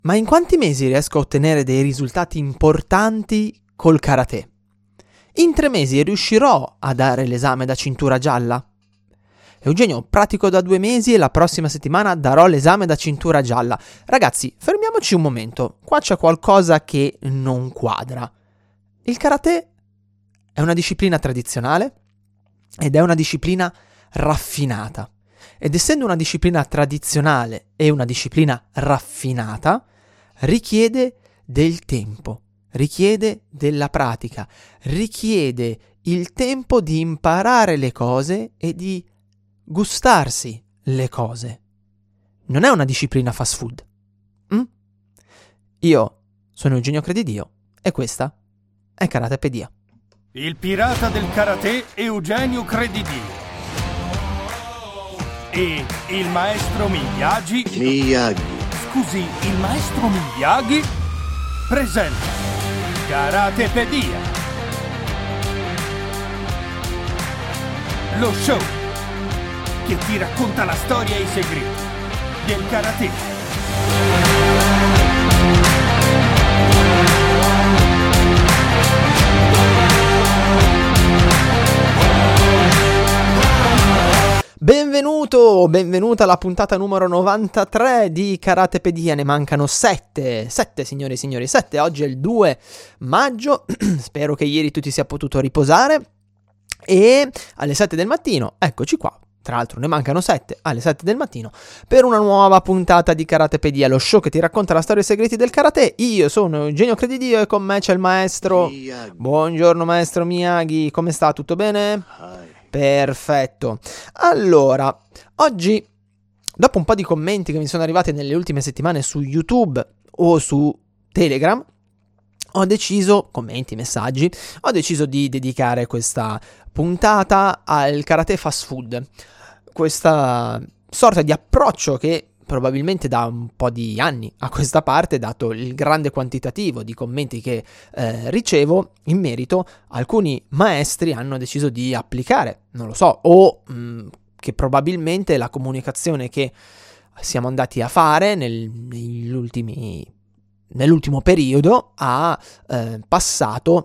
Ma in quanti mesi riesco a ottenere dei risultati importanti col karate? In 3 mesi riuscirò a dare l'esame da cintura gialla? Eugenio, pratico da 2 mesi e la prossima settimana darò l'esame da cintura gialla. Ragazzi, fermiamoci un momento. Qua c'è qualcosa che non quadra. Il karate è una disciplina tradizionale ed è una disciplina raffinata. Ed essendo una disciplina tradizionale e una disciplina raffinata, richiede del tempo, richiede della pratica, richiede il tempo di imparare le cose e di gustarsi le cose. Non è una disciplina fast food. Io sono Eugenio Credidio e questa è Karatepedia. Il pirata del karate Eugenio Credidio e il maestro Miyagi. Scusi, il maestro Miyagi presenta Karatepedia, lo show che ti racconta la storia e i segreti del karate. Benvenuta alla puntata numero 93 di Karatepedia. Ne mancano 7, signore e signori, 7. Oggi è il 2 maggio, spero che ieri tu ti sia potuto riposare. E alle 7 del mattino, eccoci qua. Tra l'altro ne mancano 7 alle 7 del mattino per una nuova puntata di Karatepedia, lo show che ti racconta la storia e i segreti del karate. Io sono Eugenio Credidio e con me c'è il maestro Miyagi. Buongiorno maestro Miyagi, come sta? Tutto bene? Hi. Perfetto. Allora, oggi, dopo un po' di commenti che mi sono arrivati nelle ultime settimane su YouTube o su Telegram, ho deciso di dedicare questa puntata al karate fast food. Questa sorta di approccio che probabilmente da un po' di anni a questa parte, dato il grande quantitativo di commenti che ricevo in merito, alcuni maestri hanno deciso di applicare, non lo so, o che probabilmente la comunicazione che siamo andati a fare nell'ultimo periodo ha passato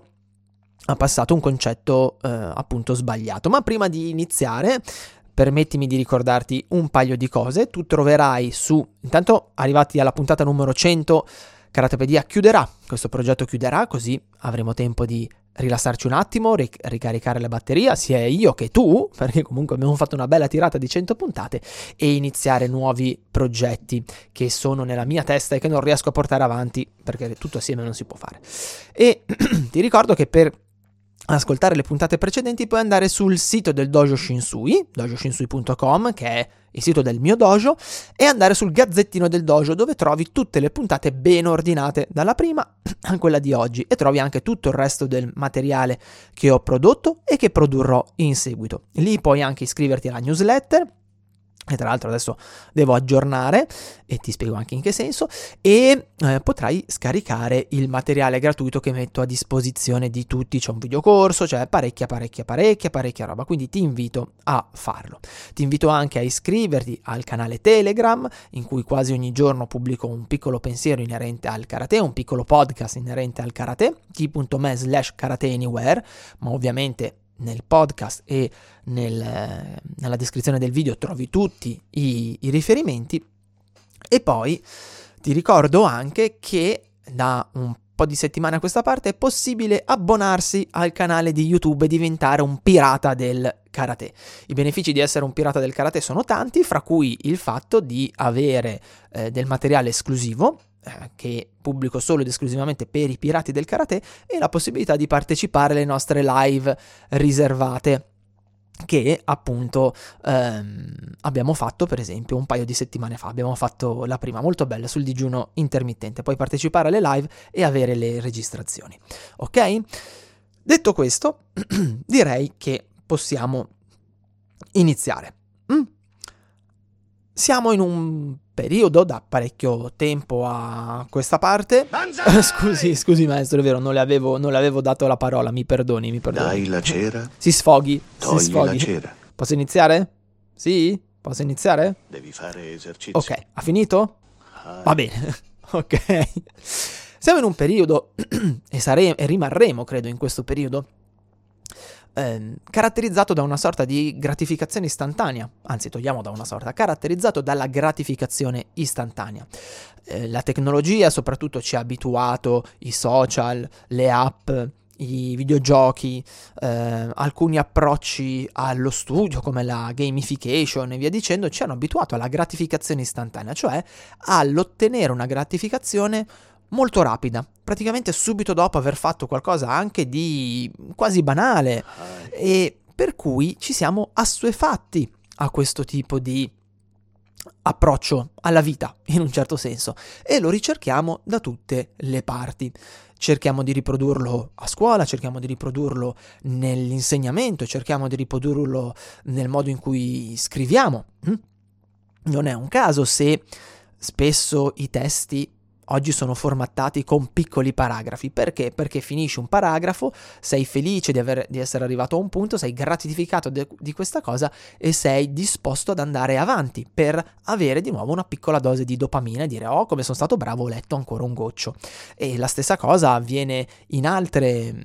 un concetto appunto sbagliato. Ma prima di iniziare, permettimi di ricordarti un paio di cose. Tu troverai intanto arrivati alla puntata numero 100, Karatepedia chiuderà, questo progetto chiuderà, così avremo tempo di rilassarci un attimo, ricaricare la batteria, sia io che tu, perché comunque abbiamo fatto una bella tirata di 100 puntate, e iniziare nuovi progetti che sono nella mia testa e che non riesco a portare avanti, perché tutto assieme non si può fare. E ti ricordo che per ascoltare le puntate precedenti puoi andare sul sito del Dojo Shinsui, dojoshinsui.com, che è il sito del mio dojo, e andare sul Gazzettino del Dojo, dove trovi tutte le puntate ben ordinate, dalla prima a quella di oggi, e trovi anche tutto il resto del materiale che ho prodotto e che produrrò in seguito. Lì puoi anche iscriverti alla newsletter, e tra l'altro adesso devo aggiornare e ti spiego anche in che senso, e potrai scaricare il materiale gratuito che metto a disposizione di tutti. C'è un videocorso, c'è parecchia roba, quindi ti invito a farlo. Ti invito anche a iscriverti al canale Telegram, in cui quasi ogni giorno pubblico un piccolo pensiero inerente al karate, un piccolo podcast inerente al karate, t.me/karateanywhere, ma ovviamente nel podcast e nella descrizione del video trovi tutti i riferimenti. E poi ti ricordo anche che da un po' di settimane a questa parte è possibile abbonarsi al canale di YouTube e diventare un pirata del karate. I benefici di essere un pirata del karate sono tanti, fra cui il fatto di avere del materiale esclusivo che pubblico solo ed esclusivamente per i pirati del karate, e la possibilità di partecipare alle nostre live riservate, che appunto abbiamo fatto per esempio un paio di settimane fa. Abbiamo fatto la prima molto bella sul digiuno intermittente, puoi partecipare alle live e avere le registrazioni. Ok? Detto questo, direi che possiamo iniziare. Siamo in un periodo da parecchio tempo a questa parte. Scusi maestro, è vero, non le avevo dato la parola, mi perdoni. Dai la cera. Si sfoghi. La cera. Posso iniziare? Sì? Posso iniziare? Devi fare esercizio. Ok, ha finito? Va bene. ok? Siamo in un periodo, e rimarremo, credo, in questo periodo, caratterizzato da una sorta di gratificazione istantanea, anzi togliamo da una sorta, caratterizzato dalla gratificazione istantanea. La tecnologia soprattutto ci ha abituato, i social, le app, i videogiochi, alcuni approcci allo studio come la gamification e via dicendo, ci hanno abituato alla gratificazione istantanea, cioè all'ottenere una gratificazione molto rapida, praticamente subito dopo aver fatto qualcosa anche di quasi banale, e per cui ci siamo assuefatti a questo tipo di approccio alla vita, in un certo senso, e lo ricerchiamo da tutte le parti. Cerchiamo di riprodurlo a scuola, cerchiamo di riprodurlo nell'insegnamento, cerchiamo di riprodurlo nel modo in cui scriviamo. Non è un caso se spesso i testi oggi sono formattati con piccoli paragrafi. Perché? Perché finisci un paragrafo, sei felice di essere arrivato a un punto, sei gratificato di questa cosa e sei disposto ad andare avanti per avere di nuovo una piccola dose di dopamina e dire oh come sono stato bravo, ho letto ancora un goccio. E la stessa cosa avviene in altri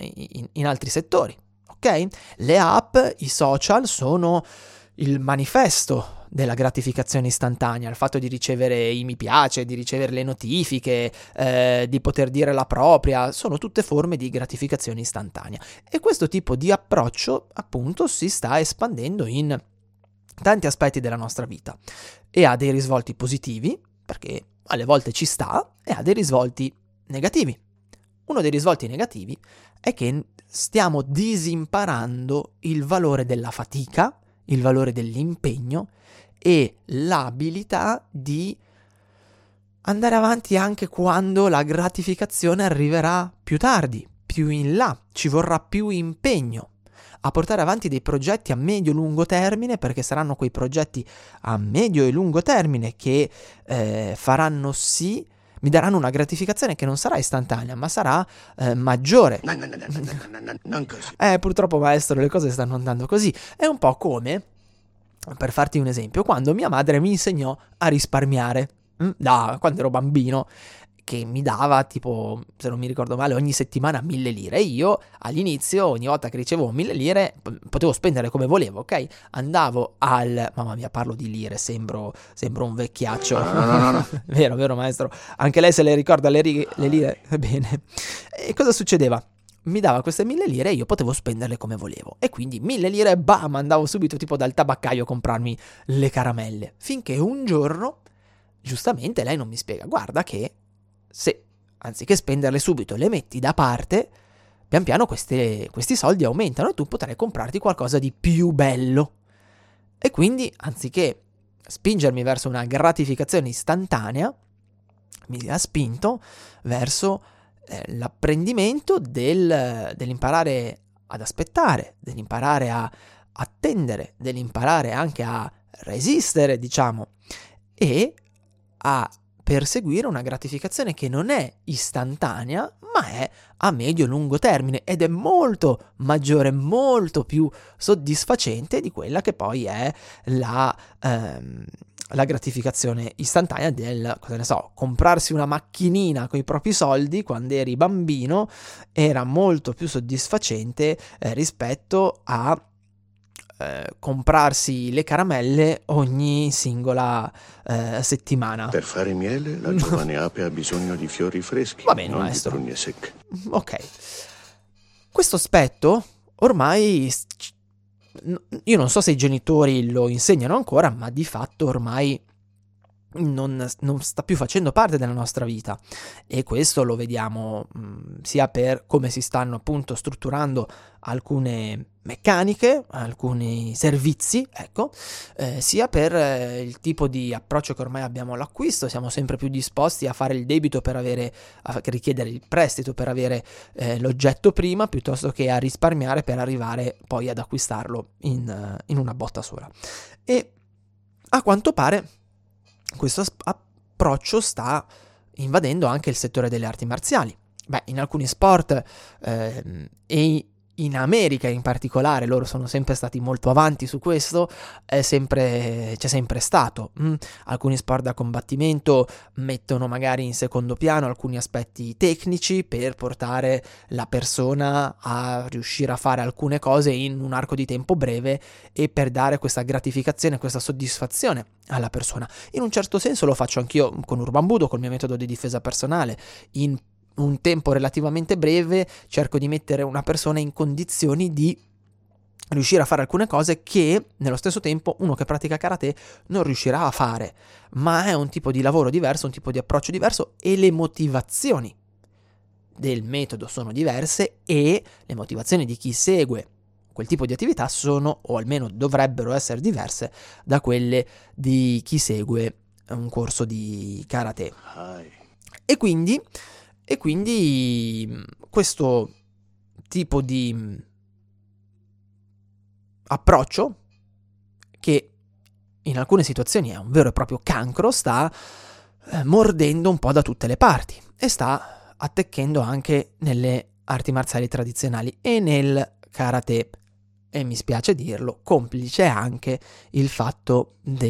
settori, ok? Le app, i social sono il manifesto della gratificazione istantanea, il fatto di ricevere i mi piace, di ricevere le notifiche, di poter dire la propria, sono tutte forme di gratificazione istantanea, e questo tipo di approccio appunto si sta espandendo in tanti aspetti della nostra vita e ha dei risvolti positivi, perché alle volte ci sta, e ha dei risvolti negativi. Uno dei risvolti negativi è che stiamo disimparando il valore della fatica, il valore dell'impegno e l'abilità di andare avanti anche quando la gratificazione arriverà più tardi, più in là, ci vorrà più impegno a portare avanti dei progetti a medio-lungo termine, perché saranno quei progetti a medio e lungo termine che faranno sì, mi daranno una gratificazione che non sarà istantanea, ma sarà maggiore. Non così. Purtroppo maestro, le cose stanno andando così. È un po' come, per farti un esempio, quando mia madre mi insegnò a risparmiare, quando ero bambino, che mi dava tipo, se non mi ricordo male, ogni settimana 1.000 lire. E io all'inizio, ogni volta che ricevevo 1.000 lire, potevo spendere come volevo, ok? Andavo mamma mia, parlo di lire, sembro un vecchiaccio. No. Vero maestro, anche lei se le ricorda le lire, bene. E cosa succedeva? Mi dava queste 1.000 lire e io potevo spenderle come volevo, e quindi 1.000 lire, bam, andavo subito tipo dal tabaccaio a comprarmi le caramelle, finché un giorno, giustamente, lei non mi spiega, guarda che se anziché spenderle subito le metti da parte, pian piano questi soldi aumentano e tu potrai comprarti qualcosa di più bello. E quindi, anziché spingermi verso una gratificazione istantanea, mi ha spinto verso l'apprendimento dell'imparare ad aspettare, dell'imparare a attendere, dell'imparare anche a resistere, diciamo, e a perseguire una gratificazione che non è istantanea, ma è a medio-lungo termine, ed è molto maggiore, molto più soddisfacente di quella che poi è la gratificazione istantanea del, cosa ne so, comprarsi una macchinina con i propri soldi quando eri bambino. Era molto più soddisfacente rispetto a comprarsi le caramelle ogni singola settimana. Per fare miele la giovane ape ha bisogno di fiori freschi, va bene, non maestro, di prugne secche. Ok, questo aspetto ormai io non so se i genitori lo insegnano ancora, ma di fatto ormai non sta più facendo parte della nostra vita, e questo lo vediamo sia per come si stanno appunto strutturando alcune meccaniche, alcuni servizi, ecco, sia per il tipo di approccio che ormai abbiamo all'acquisto. Siamo sempre più disposti a fare il debito a richiedere il prestito per avere l'oggetto prima, piuttosto che a risparmiare per arrivare poi ad acquistarlo in una botta sola. E a quanto pare questo approccio sta invadendo anche il settore delle arti marziali. In alcuni sport e in America in particolare, loro sono sempre stati molto avanti su questo, c'è sempre stato. Alcuni sport da combattimento mettono magari in secondo piano alcuni aspetti tecnici per portare la persona a riuscire a fare alcune cose in un arco di tempo breve e per dare questa gratificazione, questa soddisfazione alla persona. In un certo senso lo faccio anch'io con Urban Budo, col mio metodo di difesa personale. In un tempo relativamente breve cerco di mettere una persona in condizioni di riuscire a fare alcune cose che nello stesso tempo uno che pratica karate non riuscirà a fare, ma è un tipo di lavoro diverso, un tipo di approccio diverso e le motivazioni del metodo sono diverse e le motivazioni di chi segue quel tipo di attività sono, o almeno dovrebbero essere diverse da quelle di chi segue un corso di karate. E quindi questo tipo di approccio, che in alcune situazioni è un vero e proprio cancro, sta mordendo un po' da tutte le parti e sta attecchendo anche nelle arti marziali tradizionali e nel karate. E mi spiace dirlo, complice anche il fatto che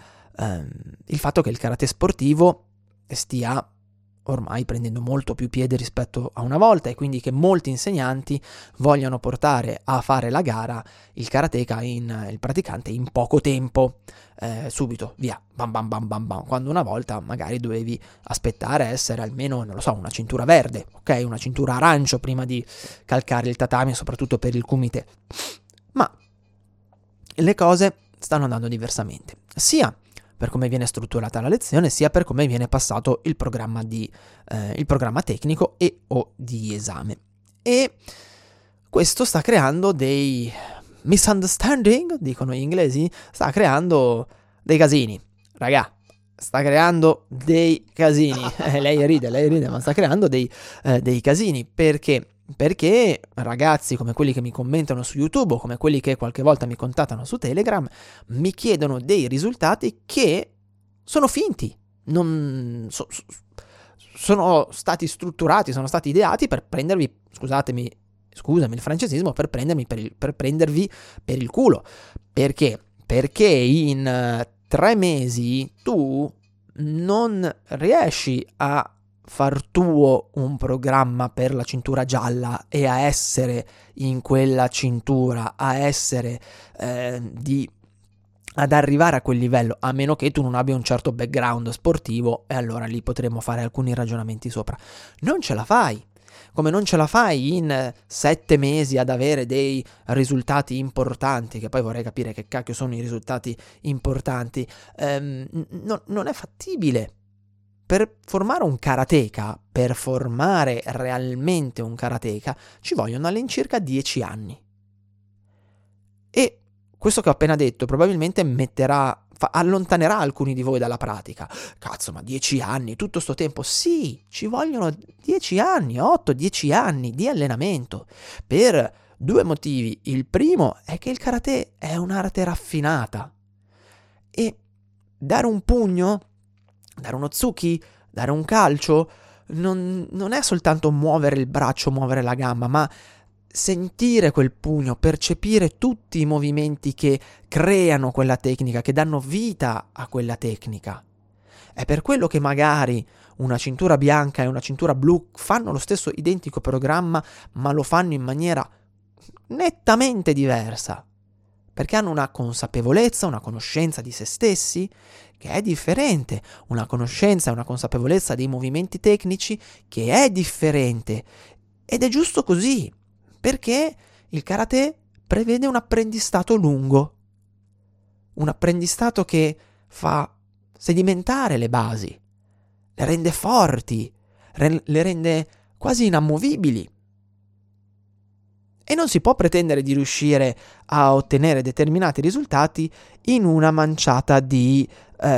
il karate sportivo stia ormai prendendo molto più piede rispetto a una volta e quindi che molti insegnanti vogliono portare a fare la gara il karateka, il praticante, in poco tempo, subito, via, bam bam bam bam bam, quando una volta magari dovevi aspettare essere almeno, non lo so, una cintura verde, ok, una cintura arancio prima di calcare il tatami, soprattutto per il kumite. Ma le cose stanno andando diversamente, sia per come viene strutturata la lezione, sia per come viene passato il programma tecnico e o di esame. E questo sta creando dei misunderstanding, dicono gli inglesi, sta creando dei casini, raga, sta creando dei casini. Lei ride, ma sta creando dei casini, perché ragazzi come quelli che mi commentano su YouTube o come quelli che qualche volta mi contattano su Telegram mi chiedono dei risultati che sono finti, sono stati strutturati, sono stati ideati per prendervi, scusami il francesismo, per prendervi per il culo. Perché? Perché in 3 mesi tu non riesci a far tuo un programma per la cintura gialla e a essere in quella cintura, a essere ad arrivare a quel livello, a meno che tu non abbia un certo background sportivo, e allora lì potremo fare alcuni ragionamenti sopra. Non ce la fai, come non ce la fai in 7 mesi ad avere dei risultati importanti, che poi vorrei capire che cacchio sono i risultati importanti. Non è fattibile. Per formare un karateka, per formare realmente un karateka, ci vogliono all'incirca 10 anni. E questo che ho appena detto probabilmente allontanerà alcuni di voi dalla pratica. Cazzo, ma 10 anni, tutto sto tempo? Sì, ci vogliono 10 anni, 8-10 anni di allenamento, per 2 motivi. Il primo è che il karate è un'arte raffinata e dare un pugno, dare uno tsuki, dare un calcio, non è soltanto muovere il braccio, muovere la gamba, ma sentire quel pugno, percepire tutti i movimenti che creano quella tecnica, che danno vita a quella tecnica. È per quello che magari una cintura bianca e una cintura blu fanno lo stesso identico programma, ma lo fanno in maniera nettamente diversa. Perché hanno una consapevolezza, una conoscenza di se stessi che è differente, una conoscenza e una consapevolezza dei movimenti tecnici che è differente. Ed è giusto così, perché il karate prevede un apprendistato lungo, un apprendistato che fa sedimentare le basi, le rende forti, le rende quasi inamovibili. E non si può pretendere di riuscire a ottenere determinati risultati in una manciata di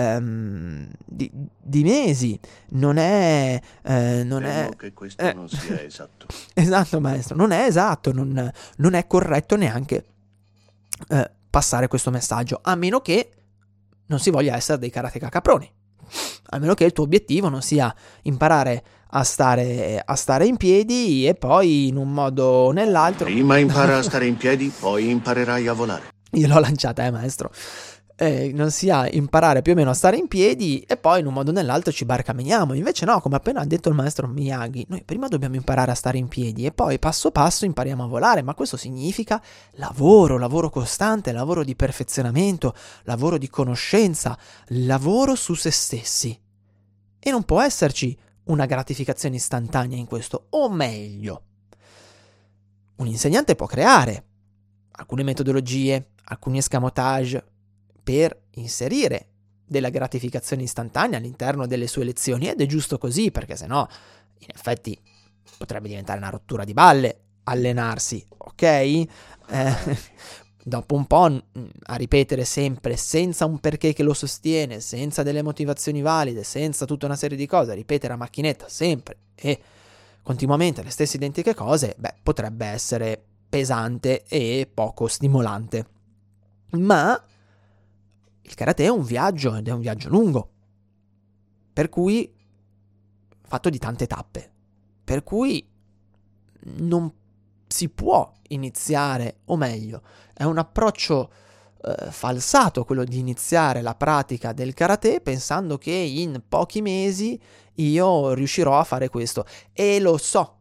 mesi. Non è che questo non sia esatto. Esatto, maestro, non è esatto, non è corretto neanche passare questo messaggio, a meno che non si voglia essere dei karateka caproni, A meno che il tuo obiettivo non sia imparare a stare in piedi e poi in un modo o nell'altro... Prima impara a stare in piedi, poi imparerai a volare. Io l'ho lanciata, maestro. Non sia imparare più o meno a stare in piedi e poi in un modo o nell'altro ci barcameniamo. Invece no, come appena ha detto il maestro Miyagi, noi prima dobbiamo imparare a stare in piedi e poi passo passo impariamo a volare, ma questo significa lavoro costante, lavoro di perfezionamento, lavoro di conoscenza, lavoro su se stessi. E non può esserci una gratificazione istantanea in questo, o meglio, un insegnante può creare alcune metodologie, alcuni escamotage per inserire della gratificazione istantanea all'interno delle sue lezioni, ed è giusto così, perché sennò in effetti potrebbe diventare una rottura di balle allenarsi, ok? Dopo un po' a ripetere sempre senza un perché che lo sostiene, senza delle motivazioni valide, senza tutta una serie di cose, a ripetere a macchinetta sempre e continuamente le stesse identiche cose, potrebbe essere pesante e poco stimolante. Ma il karate è un viaggio, ed è un viaggio lungo, per cui fatto di tante tappe, per cui non si può iniziare, o meglio, è un approccio falsato quello di iniziare la pratica del karate pensando che in pochi mesi io riuscirò a fare questo. E lo so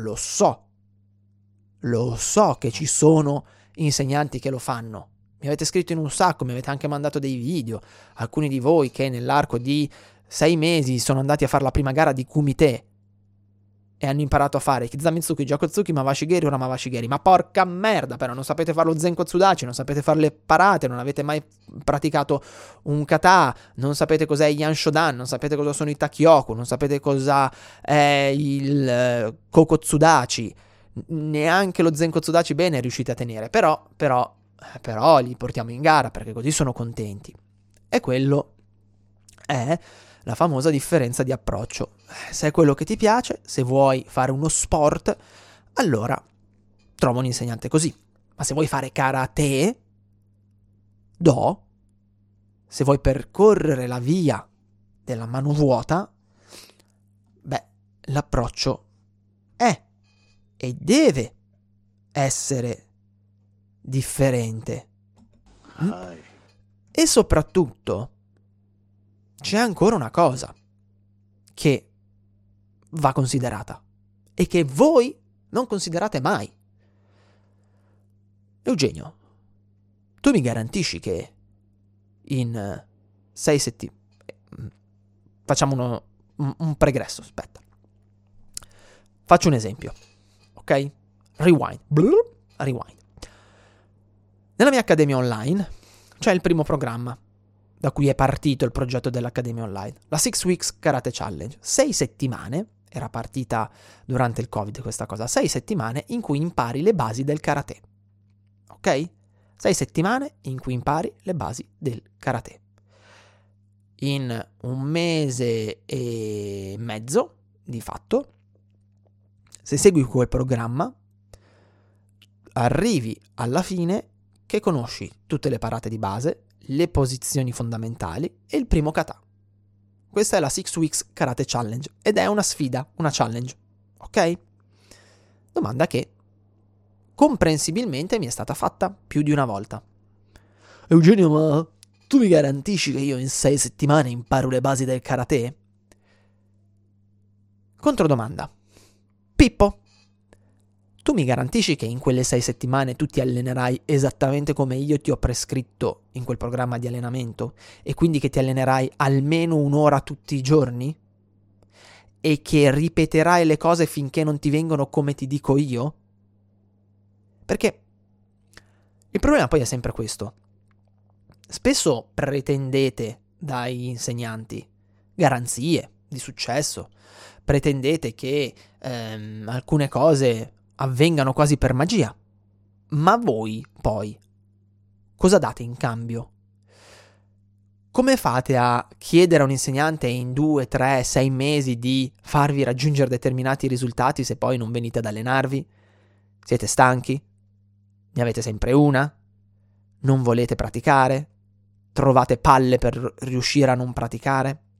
che ci sono insegnanti che lo fanno. Mi avete scritto in un sacco, mi avete anche mandato dei video, alcuni di voi che nell'arco di 6 mesi sono andati a fare la prima gara di kumite e hanno imparato a fare Kizamitsuki, Jakotsuki, Mawashigeri, ora Mawashigeri. Ma porca merda, però non sapete fare lo Zenko Tsudachi, non sapete fare le parate, non avete mai praticato un kata, non sapete cos'è Yan Shodan, non sapete cosa sono i Takioku, non sapete cosa è il Koko Tsudachi, neanche lo Zenko Tsudachi bene riuscite a tenere, però li portiamo in gara perché così sono contenti. E quello è la famosa differenza di approccio. Se è quello che ti piace, se vuoi fare uno sport, allora trova un insegnante così. Ma se vuoi fare karate, se vuoi percorrere la via della mano vuota, l'approccio è e deve essere differente. E soprattutto c'è ancora una cosa che va considerata e che voi non considerate mai. Eugenio, tu mi garantisci che in 6 settimane facciamo un pregresso, aspetta. Faccio un esempio, ok? Rewind. Nella mia accademia online c'è il primo programma da cui è partito il progetto dell'Accademia Online, la 6 Weeks Karate Challenge. 6 settimane, era partita durante il Covid questa cosa, 6 settimane in cui impari le basi del karate. Ok? 6 settimane in cui impari le basi del karate. In un mese e mezzo, di fatto, se segui quel programma, arrivi alla fine che conosci tutte le parate di base, le posizioni fondamentali e il primo kata. Questa è la 6 Weeks Karate Challenge ed è una sfida, una challenge, ok? Domanda che comprensibilmente mi è stata fatta più di una volta. Eugenio, ma tu mi garantisci che io in 6 settimane imparo le basi del karate? Controdomanda. Pippo, tu mi garantisci che in quelle 6 settimane tu ti allenerai esattamente come io ti ho prescritto in quel programma di allenamento e quindi che ti allenerai almeno un'ora tutti i giorni? E che ripeterai le cose finché non ti vengono come ti dico io? Perché il problema poi è sempre questo. Spesso pretendete dai insegnanti garanzie di successo, pretendete che alcune cose avvengano quasi per magia, ma voi poi cosa date in cambio? Come fate a chiedere a un insegnante in 2, 3, 6 mesi di farvi raggiungere determinati risultati se poi non venite ad allenarvi? Siete stanchi? Ne avete sempre una? Non volete praticare? Trovate palle per riuscire a non praticare?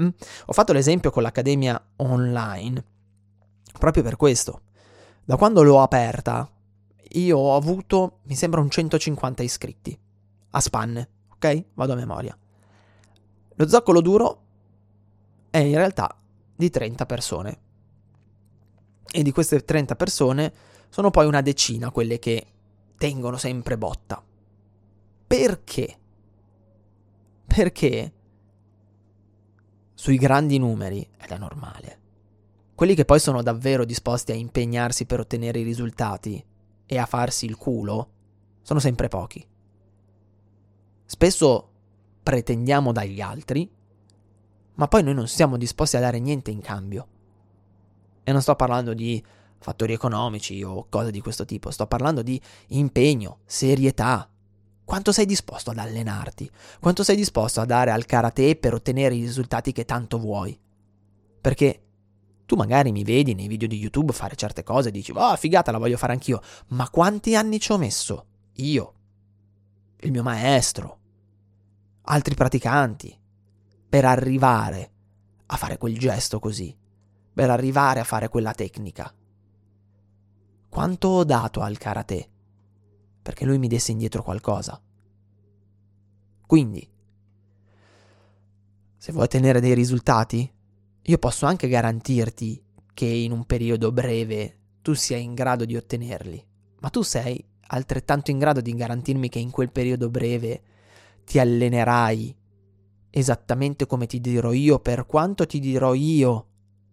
Ho fatto l'esempio con l'Accademia Online proprio per questo. Da quando l'ho aperta, io ho avuto, mi sembra, un 150 iscritti a spanne, ok? Vado a memoria. Lo zoccolo duro è in realtà di 30 persone. E di queste 30 persone sono poi una decina quelle che tengono sempre botta. Perché? Perché sui grandi numeri, ed è normale, quelli che poi sono davvero disposti a impegnarsi per ottenere i risultati e a farsi il culo, sono sempre pochi. Spesso pretendiamo dagli altri, ma poi noi non siamo disposti a dare niente in cambio. E non sto parlando di fattori economici o cose di questo tipo, sto parlando di impegno, serietà. Quanto sei disposto ad allenarti? Quanto sei disposto a dare al karate per ottenere i risultati che tanto vuoi? Perché tu magari mi vedi nei video di YouTube fare certe cose e dici, oh figata, la voglio fare anch'io. Ma quanti anni ci ho messo? Io, il mio maestro, altri praticanti, per arrivare a fare quel gesto così, per arrivare a fare quella tecnica. Quanto ho dato al karate perché lui mi desse indietro qualcosa? Quindi, se vuoi ottenere dei risultati, io posso anche garantirti che in un periodo breve tu sia in grado di ottenerli, ma tu sei altrettanto in grado di garantirmi che in quel periodo breve ti allenerai esattamente come ti dirò io, per quanto ti dirò io,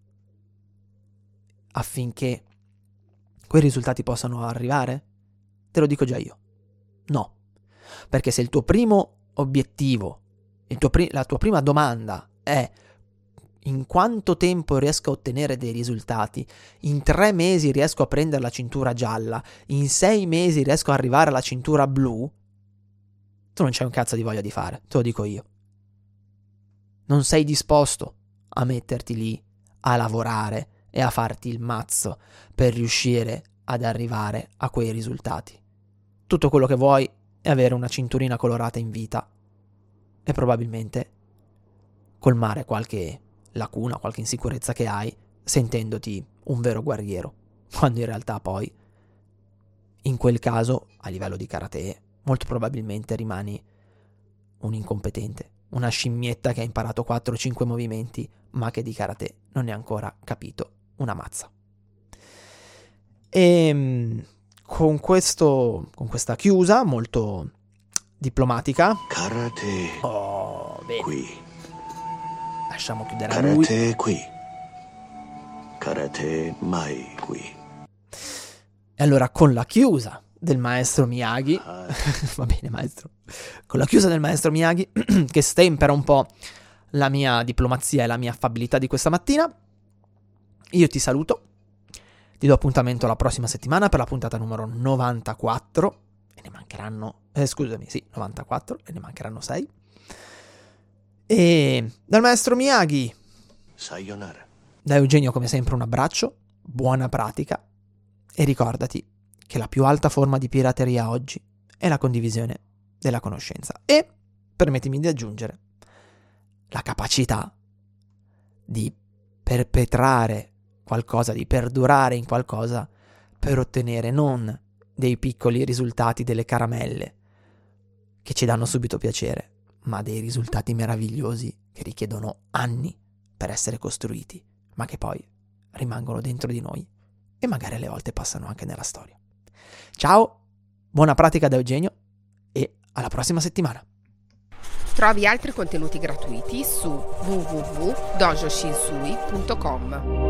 affinché quei risultati possano arrivare? Te lo dico già io. No. Perché se il tuo primo obiettivo, la tua prima domanda è in quanto tempo riesco a ottenere dei risultati, in 3 mesi riesco a prendere la cintura gialla, in 6 mesi riesco ad arrivare alla cintura blu, tu non c'hai un cazzo di voglia di fare, te lo dico io. Non sei disposto a metterti lì a lavorare e a farti il mazzo per riuscire ad arrivare a quei risultati. Tutto quello che vuoi è avere una cinturina colorata in vita e probabilmente colmare qualche lacuna, qualche insicurezza che hai, sentendoti un vero guerriero, quando in realtà poi, in quel caso, a livello di karate, molto probabilmente rimani un incompetente, una scimmietta che ha imparato 4-5 movimenti, ma che di karate non ne ha ancora capito una mazza. E con questa chiusa molto diplomatica, Karate bene, qui. Lasciamo chiudere a lui. Karate qui. Karate mai qui. E allora con la chiusa del maestro Miyagi, va bene maestro, con la chiusa del maestro Miyagi che stempera un po' la mia diplomazia e la mia affabilità di questa mattina, io ti saluto, ti do appuntamento la prossima settimana per la puntata numero 94 e ne mancheranno, 94 e ne mancheranno 6. E dal maestro Miyagi, Sayonara. da Eugenio come sempre un abbraccio, buona pratica e ricordati che la più alta forma di pirateria oggi è la condivisione della conoscenza e, permettimi di aggiungere, la capacità di perpetrare qualcosa, di perdurare in qualcosa per ottenere non dei piccoli risultati, delle caramelle che ci danno subito piacere, ma dei risultati meravigliosi che richiedono anni per essere costruiti, ma che poi rimangono dentro di noi e magari alle volte passano anche nella storia. Ciao, buona pratica da Eugenio e alla prossima settimana. Trovi altri contenuti gratuiti su www.dojoshinsui.com.